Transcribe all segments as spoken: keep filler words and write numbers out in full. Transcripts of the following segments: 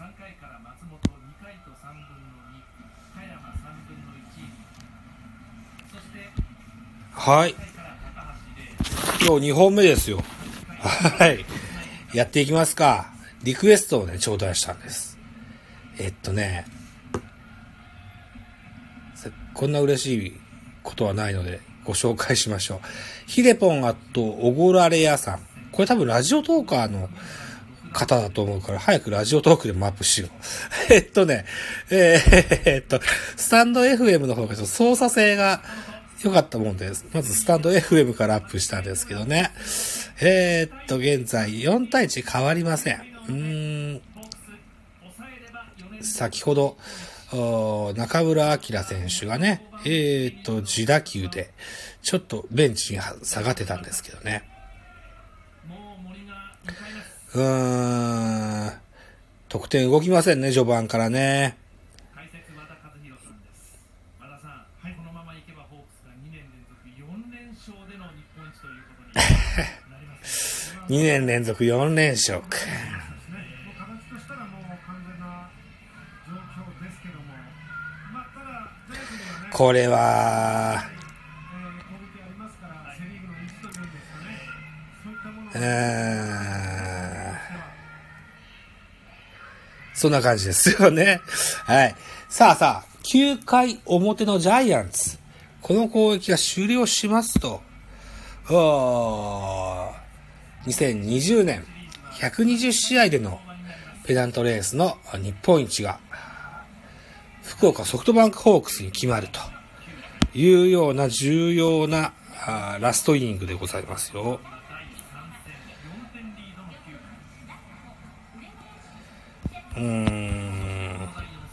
はい。今日にほんめですよ。はい。やっていきますか。リクエストをね、頂戴したんです。えっとね、こんな嬉しいことはないので、ご紹介しましょう。ヒデポンあと、おごられ屋さん。これ多分ラジオトーカーの方だと思うから、早くラジオトークでもアップしよう。えっとね、えー、えっと、スタンド エフエム の方がちょっと操作性が良かったもんです。まずスタンド エフエム からアップしたんですけどね。えー、っと、現在よんたいいち変わりません。うーん。先ほど、中村晃選手がね、えー、っと、自打球で、ちょっとベンチに下がってたんですけどね。うーん。得点動きませんね、序盤からね。にねん連続よん連勝か。これは、うーん、そんな感じですよね。はい。さあさあ、きゅうかい表のジャイアンツ。この攻撃が終了しますと、にせんにじゅうねんひゃくにじゅう試合でのペナントレースの日本一が福岡ソフトバンクホークスに決まるというような重要なラストイニングでございますよ。うーん。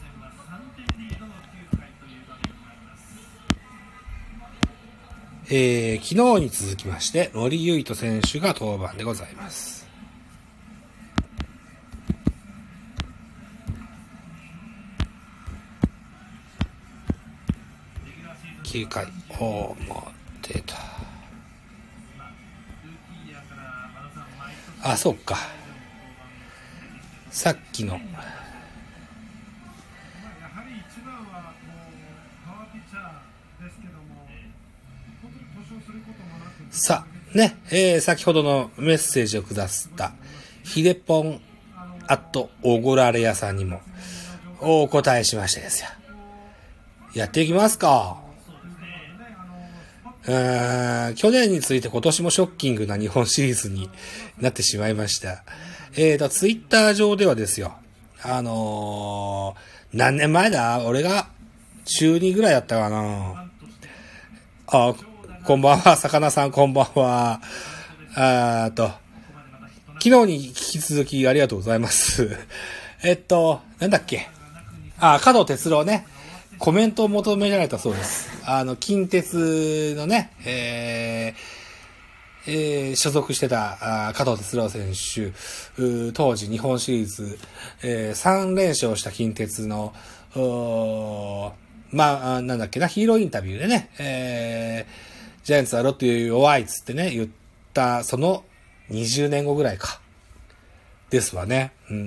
えー、昨日に続きまして森唯斗選手が登板でございます。きゅうかい、おー、もう出た。あ、そっか。さっきのさあ、ね、えー、先ほどのメッセージをくださったヒデポンアットおごられ屋さんにもお答えしましてですよ。やっていきますか。うーん、去年について今年もショッキングな日本シリーズになってしまいました。えーと、ツイッター上ではですよ、あのー、何年前だ俺が中にぐらいだったかな。あ、こんばんは、魚さんこんばんは。あーと、昨日に引き続きありがとうございます。えっと、なんだっけ。あ、加藤哲郎ね。コメントを求められたそうです。あの、近鉄のね、えーえー、所属してた加藤哲郎選手、当時日本シリーズ、えー、さん連勝した近鉄の、まあ、なんだっけな、ヒーローインタビューでね、えー、ジャイアンツはロッテ弱いっつってね、言った、そのにじゅうねんごぐらいか。ですわね。うん、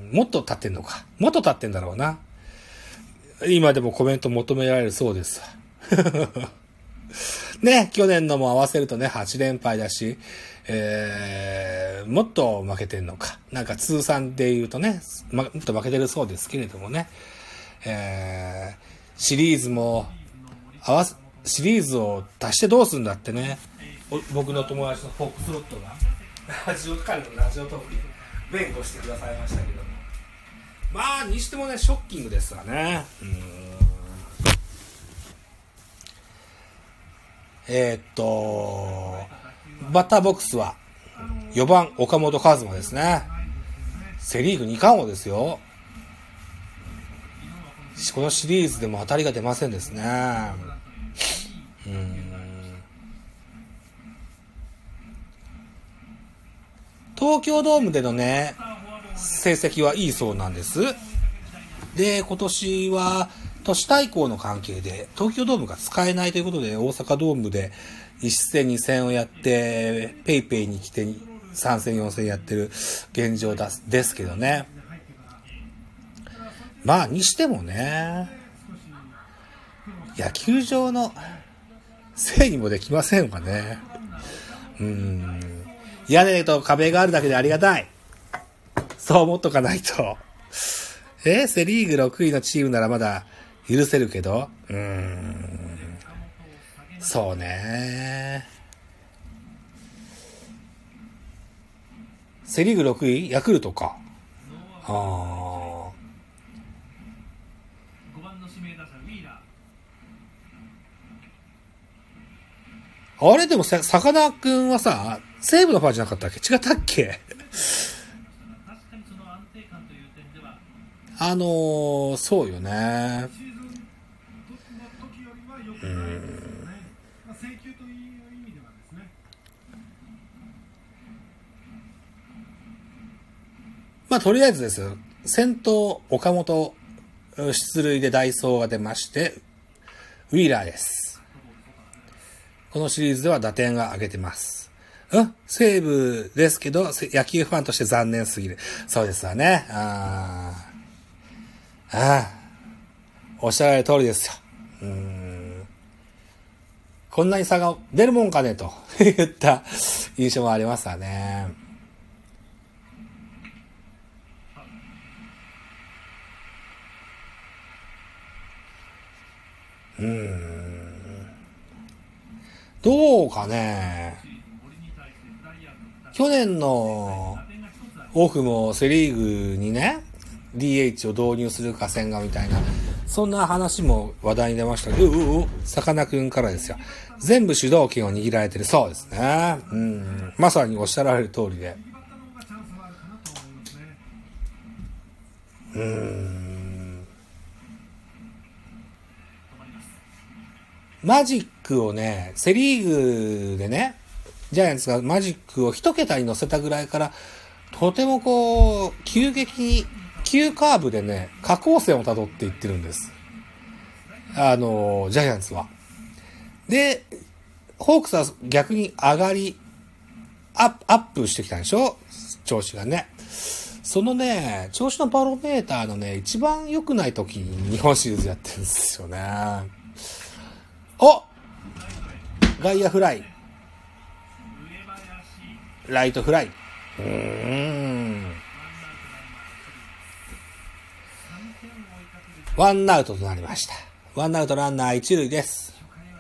もっと経ってんのか。もっと経ってんだろうな。今でもコメント求められるそうです。ね、去年のも合わせるとね、はち連敗だし、えー、もっと負けてんのか。なんか通算で言うとね、ま、もっと負けてるそうですけれどもね、えー、シリーズも、合わせ、シリーズを足してどうすんだってね、僕の友達のフォックスロットが、ラジオ、彼のラジオトークに弁護してくださいましたけども。まあ、にしてもね、ショッキングですわね。うーんえー、っと、バッターボックスはよばん岡本和真ですね。セリーグに冠王ですよ。このシリーズでも当たりが出ませんですね。うーん東京ドームでのね、成績はいいそうなんです。で、今年は都市対抗の関係で東京ドームが使えないということで大阪ドームでいち戦に戦をやってペイペイに来てさん戦よん戦やってる現状ですけどね。 まあ、にしてもね、野球場のせいにもできませんわね。うーん。屋根と壁があるだけでありがたい。そう思っとかないと。え、セリーグろくいのチームならまだ許せるけど、うーん。そうね。セリーグろくいヤクルトか。ああ。あれでもさ、坂田くんはさ、西武のファンじゃなかったっけ？違ったっけ？あのー、そうよね。うーん。まあ、とりあえずですよ。先頭、岡本、出塁でダイソーが出まして、ウィーラーです。このシリーズでは打点が上げてます。うん、西武ですけど、野球ファンとして残念すぎる。そうですわね。ああ。ああ。おっしゃられる通りですよ。うーん。こんなに差が出るもんかねと言った印象もありますわね。うーん。どうかね。去年のオフもセリーグにね、ディーエイチ を導入するか千賀みたいな、そんな話も話題に出ましたけど、ううう、さかなクンからですよ。全部主導権を握られてる。そうですね。うん。まさにおっしゃられる通りで。うーん。マジックをね、セリーグでね、ジャイアンツがマジックを一桁に乗せたぐらいから、とてもこう、急激に、急カーブでね、下降線を辿っていってるんです。あの、ジャイアンツは。で、ホークスは逆に上がり、アップ、アップしてきたんでしょ？調子がね。そのね、調子のバロメーターのね、一番良くない時に日本シリーズやってるんですよね。お！外野フライ。ライトフライ。うーん。ワンアウトとなりました。ワンアウトランナー一塁です。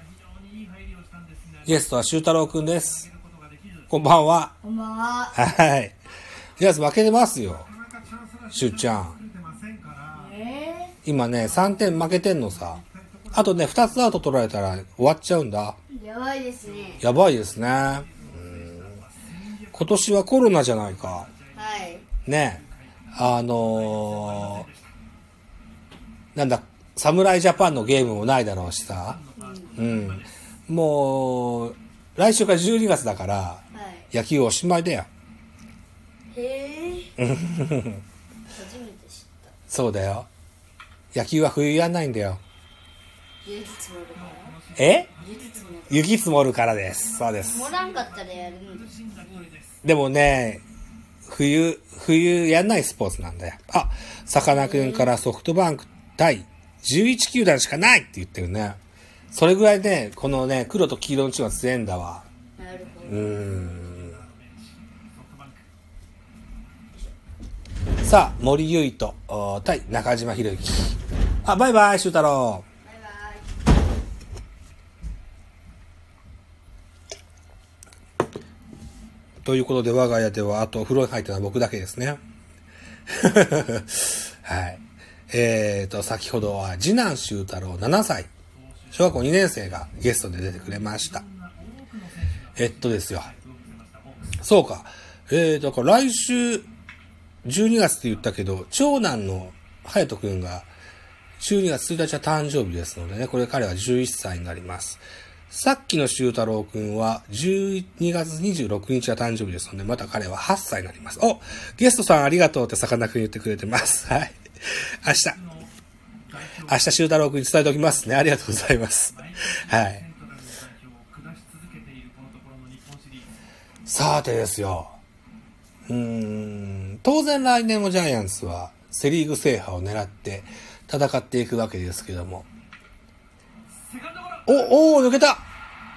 ゲストは修太郎くんです。こんばんは。 こんばんは。 はい。ジャイアンツ負けてますよ。修ちゃん。 えー、今ね、さんてん負けてんのさ。あとね、ふたつアウト取られたら終わっちゃうんだ。 やばいですね。 やばいですね。うん、今年はコロナじゃないか。 はい。 ね。あのー、なんだ、侍ジャパンのゲームもないだろうしさ。うん。うん、もう、来週からじゅうにがつだから、はい、野球おしまいだよ。 へぇー。初めて知った。 そうだよ。野球は冬やんないんだよ。 雪積もるから。 え？ 雪積もる。 雪積もるからです。そうです。 積もらんかったらやるんです。 でもね、冬、冬やんないスポーツなんだよ。あ、さかなクンからソフトバンク対じゅういち球団しかないって言ってるね。それぐらいね、このね、黒と黄色のチームは強いんだわ。 なるほど。 うーん。さあ、森唯斗対中島博之。あ、バイバイ、修太郎。 バイバイ。ということで、我が家ではあと風呂に入ったのは僕だけですね。はい。えーと、先ほどは次男修太郎ななさい。小学校にねん生がゲストで出てくれました。えっとですよ。そうか。えーと、来週じゅうにがつって言ったけど、長男の隼人くんがじゅうにがつついたちは誕生日ですのでね、これ彼はじゅういっさいになります。さっきの修太郎くんはじゅうにがつにじゅうろくにちが誕生日ですので、また彼ははっさいになります。お、ゲストさんありがとうってさかなクン言ってくれてます。はい。明日。明日修太郎くんに伝えておきますね。ありがとうございます。はい。さてですよ。うーん、当然来年もジャイアンツはセリーグ制覇を狙って戦っていくわけですけども。お、おー、抜けた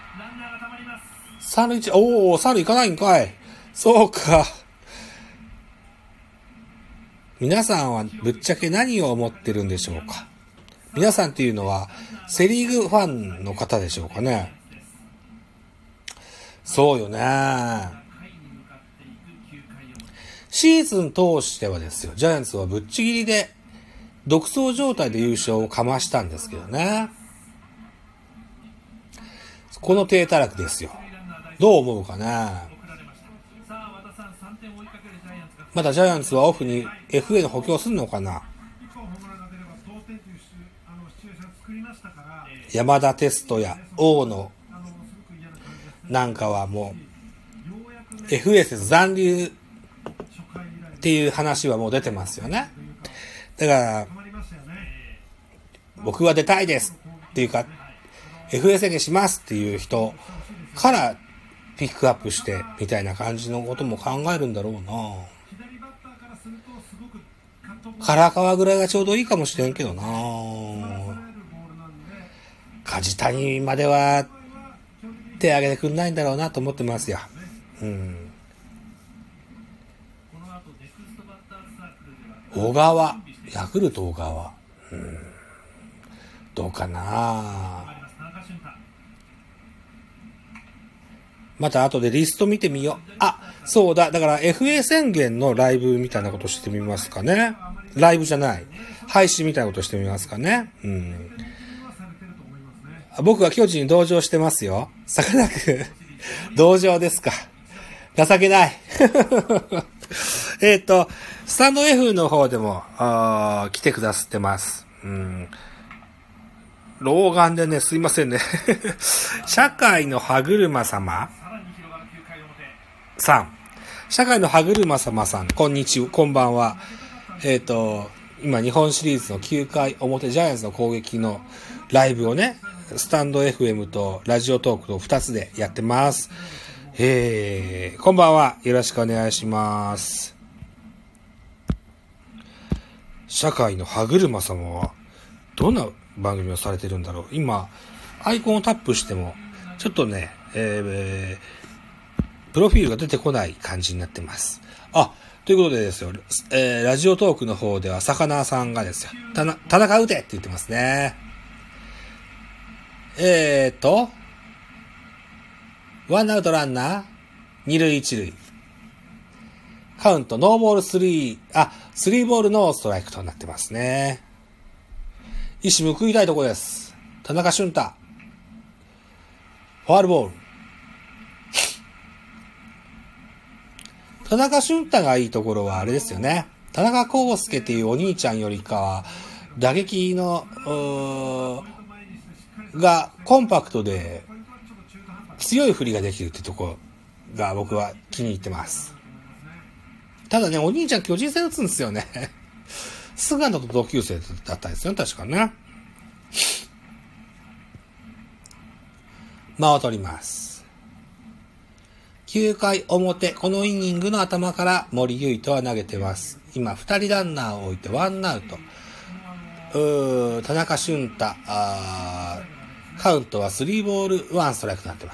三塁一、おー、三塁行かないんかい。そうか。皆さんはぶっちゃけ何を思ってるんでしょうか。皆さんっていうのはセリーグファンの方でしょうかね。そうよね。シーズン通してはですよ、ジャイアンツはぶっちぎりで独走状態で優勝をかましたんですけどね。この低たらくですよ。どう思うかな。まだジャイアンツはオフに エフエー の補強するのかな。山田テストや大野なんかはもう エフエー 説残留っていう話はもう出てますよね。だから僕は出たいですっていうか エフエー 宣言しますっていう人からピックアップしてみたいな感じのことも考えるんだろうな。唐川ぐらいがちょうどいいかもしれんけどな。梶谷までは手挙げてくんないんだろうなと思ってますよ。うん。小川、ヤクルト小川、うん、どうかな。また後でリスト見てみよう。あ、そうだ。だから エフエー 宣言のライブみたいなことしてみますかね。ライブじゃない。配信みたいなことしてみますかね。うん。僕は巨人に同情してますよ。さかなク同情ですか。情けない。えっと、スタンド F の方でもあ来てくださってます。うん。老眼でね、すいませんね。社会の歯車様さん。社会の歯車様さん、こんにちは、こんばんは。えっと、今日本シリーズのきゅうかい表ジャイアンツの攻撃のライブをね、スタンド エフエム とラジオトークとふたつでやってます。えー、こんばんは。よろしくお願いします。社会の歯車様はどんな番組をされてるんだろう。今、アイコンをタップしても、ちょっとね、えー、プロフィールが出てこない感じになってます。あ、ということでですよ、えー、ラジオトークの方では、魚さんがですよ、たな、田中打てって言ってますね。えーと、ワンアウトランナー、二塁一塁。カウント、ノーボールスリー、あ、スリーボールノーストライクとなってますね。一矢報いたいところです。田中俊太。ファールボール。田中俊太がいいところはあれですよね。田中康介っていうお兄ちゃんよりかは、打撃の、がコンパクトで強い振りができるってところが僕は気に入ってます。ただね、お兄ちゃん巨人戦打つんですよね。菅野と同級生だったんですよ、確かね。間を取ります。きゅうかい表、このイニングの頭から森唯斗は投げてます。今、二人ランナーを置いてワンアウト。うー、田中俊太、あカウントはスリーボールワンストライクとなってます。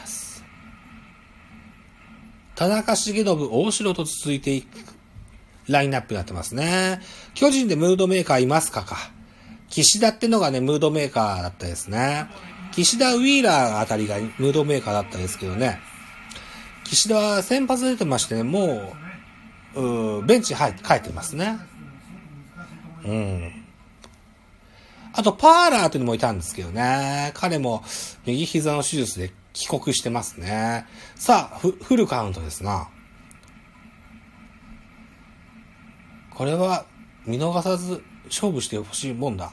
田中重信、大城と続いていくラインナップになってますね。巨人でムードメーカーいますかか。岸田ってのがね、ムードメーカーだったですね。岸田ウィーラーあたりがムードメーカーだったですけどね。岸田は先発出てましてね、もう、うベンチ入って帰ってますね。うん。あと、パーラーというのもいたんですけどね。彼も右膝の手術で帰国してますね。さあ、フ、フルカウントですな。これは見逃さず勝負してほしいもんだ。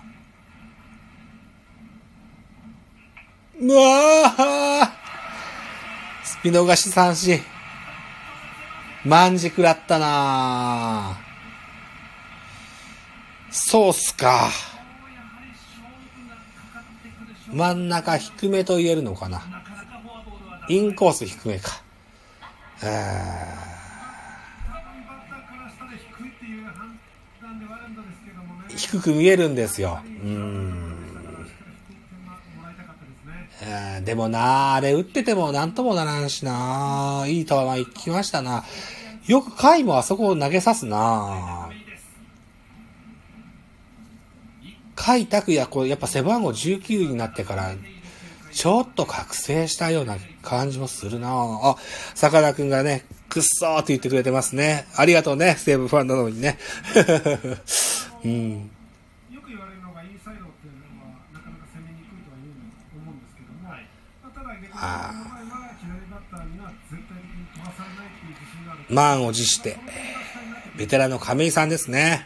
うわー見逃し三振。万事食らったなぁ。そうっすか。真ん中低めと言えるのかな。インコース低めか。 低く見えるんですよ。うーん。えー、でもな、あれ打っててもなんともならんしな。いい球が行きましたな。よく甲斐もあそこを投げさすな。甲斐拓也、こうやっぱ背番号じゅうきゅうになってからちょっと覚醒したような感じもするな。あ、坂田くんがね、くっそーって言ってくれてますね。ありがとうね、西武ファンなのにね。うん。 よく言われるのがインサイドっていうのはなかなか攻めにくいとは言うと思うんですけども、はい、ただ逆にこの場合は左バッターには絶対的に飛ばされないっていう自信がある。 満を持してベテランの亀井さんですね。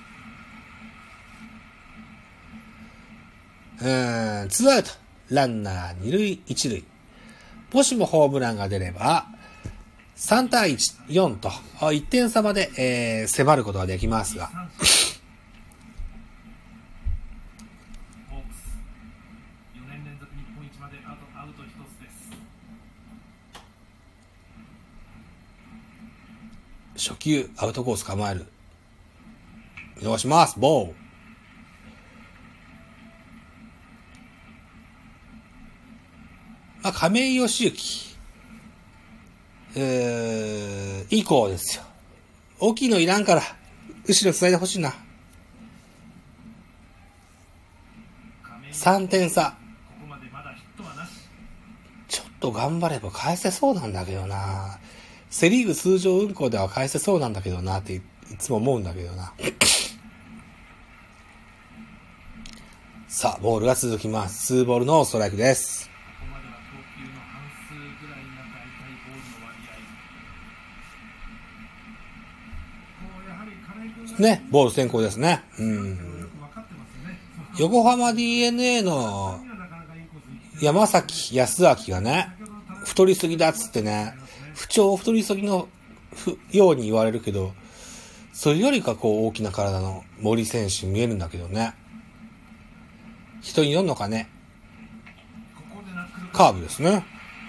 うーん、ツーアウトランナー二塁一塁。もしもホームランが出ればさんたいいち、よんといってん差まで、えー、迫ることができますが、初球アウトコース構える。見逃します。ボール。まあ、亀井義行、えー、以降ですよ。大きいのいらんから、後ろ繋いでほしいな。さんてん差。ちょっと頑張れば返せそうなんだけどな。セリーグ通常運行では返せそうなんだけどなっていつも思うんだけどな。さあ、ボールが続きます。ツーボールのストライクです。ね、ボール先行ですね。うん。横浜 ディーエヌエー の山崎康明がね、太りすぎだっつってね、不調太りすぎのように言われるけど、それよりかこう大きな体の森選手に見えるんだけどね。人によるのかね。カーブですね。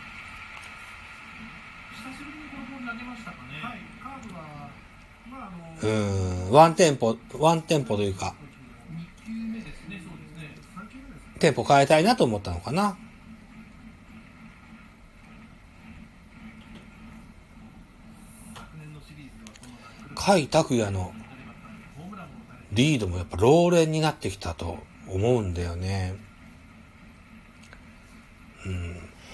うーん、ワンテンポ、ワンテンポというか、テンポ変えたいなと思ったのかな。甲斐拓也のリードもやっぱ老練になってきたと思うんだよね。うん。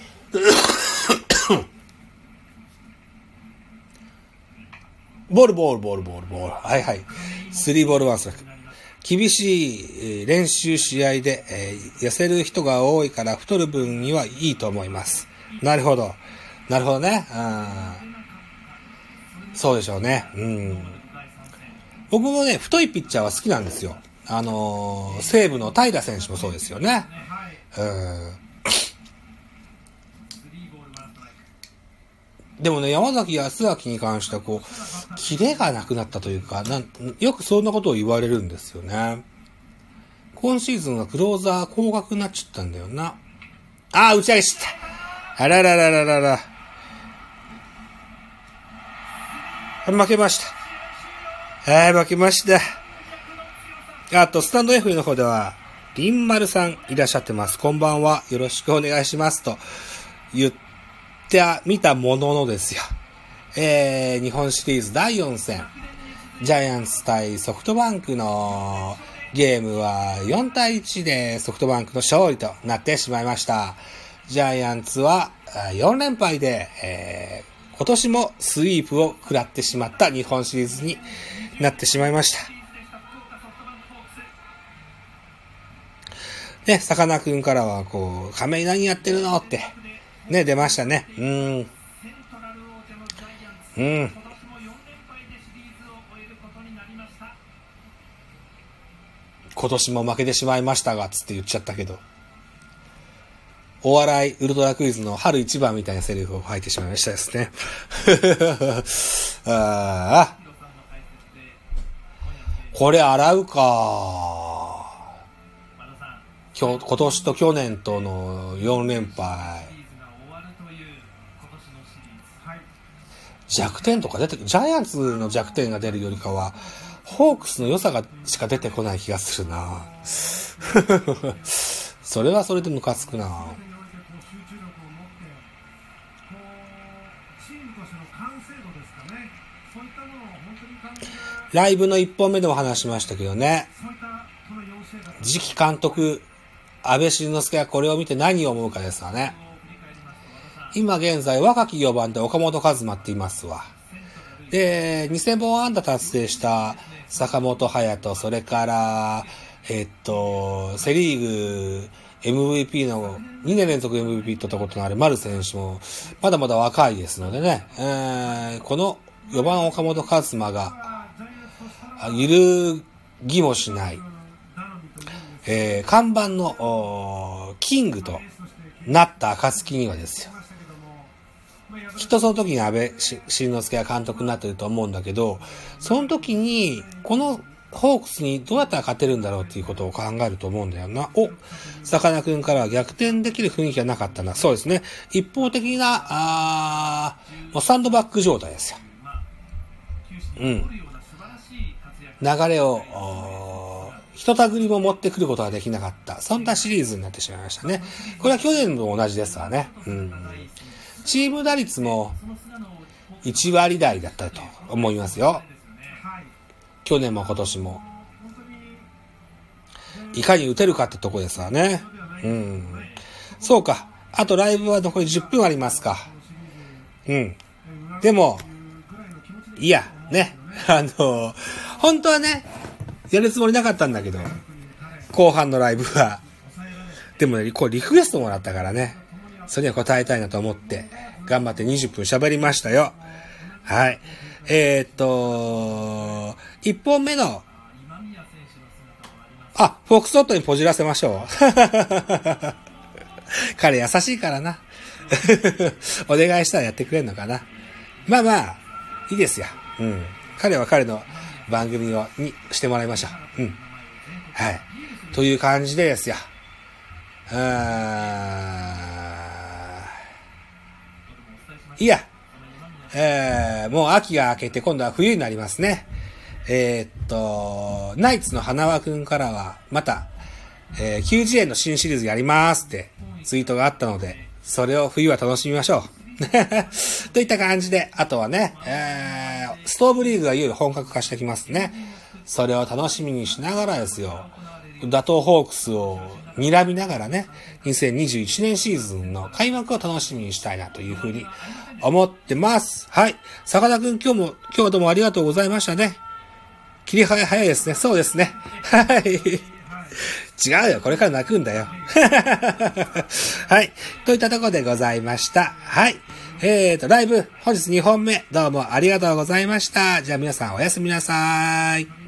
ボールボールボールボールボール。はいはい。スリーボールワンストライク。厳しい練習試合で、えー、痩せる人が多いから太る分にはいいと思います。なるほど。なるほどね。あそうでしょうね。うん。僕もね、太いピッチャーは好きなんですよ。あのー、西武の平選手もそうですよね。うん。でもね、山崎康明に関してはこう、キレがなくなったというか、なんよくそんなことを言われるんですよね。今シーズンはクローザー高額になっちゃったんだよな。あー、打ち上げした。あらららららら。負けました。はい、負けました。あと、スタンド F の方では、リンマルさんいらっしゃってます。こんばんは。よろしくお願いします。と言ってみたもののですよ。えー、日本シリーズだいよん戦。ジャイアンツ対ソフトバンクのゲームはよんたいいちでソフトバンクの勝利となってしまいました。ジャイアンツはよん連敗で、えー今年もスイープを食らってしまった日本シリーズになってしまいました。ね、さかなクンからはこう、亀井何やってるのってね、出ましたね。うーん。うん。今年も負けてしまいましたがつって言っちゃったけど。お笑いウルトラクイズの春一番みたいなセリフを吐いてしまいましたですね。ああ。これ洗うか。今日、今年と去年とのよん連敗。弱点とか出てくる。ジャイアンツの弱点が出るよりかは、 ホークスの良さがしか出てこない気がするなそれはそれでムカつくな。ライブのいっぽんめでも話しましたけどね、次期監督安倍晋之助がこれを見て何を思うかですわね。今現在若きよばんで岡本和真って言いますわ。でにせんぼん安打達成した坂本勇人、それからえっとセリーグ エムブイピー のにねん連続 エムブイピー 取ったことのある丸選手もまだまだ若いですのでね、えー、このよばん岡本和真が揺るぎもしない、えー、看板のキングとなった暁にはですよ、きっとその時に安倍晋之助が監督になってると思うんだけど、その時にこのホークスにどうやったら勝てるんだろうっていうことを考えると思うんだよな。お、さかなクンからは逆転できる雰囲気がなかったな。そうですね。一方的なあもうサンドバッグ状態ですよ。うん。流れをひとたぐりも持ってくることができなかった、そんなシリーズになってしまいましたね。これは去年も同じですわね。うん。チーム打率もいちわり台だったと思いますよ。去年も今年も。いかに打てるかってとこですわね。うん。そうか。あとライブは残りじゅっぷんありますか。うん。でも、いや、ね。あの、本当はね、やるつもりなかったんだけど、後半のライブは。でもね、こうリクエストもらったからね。それには答えたいなと思って、頑張ってにじゅっぷん喋りましたよ。はい。えー、っと、いっぽんめの、あ、フォックストットにポジらせましょう。彼優しいからな。お願いしたらやってくれるのかな。まあまあ、いいですよ。うん。彼は彼の番組を、にしてもらいましょう。うん。はい。という感じでですよ。あーいや、えー、もう秋が明けて今度は冬になりますね。えー、っと、ナイツの花輪くんからは、また、えー、きゅうじゅうえんの新シリーズやりますってツイートがあったので、それを冬は楽しみましょう。といった感じで、あとはね、えー、ストーブリーグがいよいよ本格化してきますね。それを楽しみにしながらですよ。打倒ホークスを睨みながらね、にせんにじゅういちねんシーズンの開幕を楽しみにしたいなというふうに思ってます。はい。坂田くん今日も、今日はどうもありがとうございましたね。切り早い早いですね。そうですね。はい。違うよ。これから泣くんだよ。はい。といったところでございました。はい。えーと、ライブ、本日にほんめ、どうもありがとうございました。じゃあ皆さんおやすみなさい。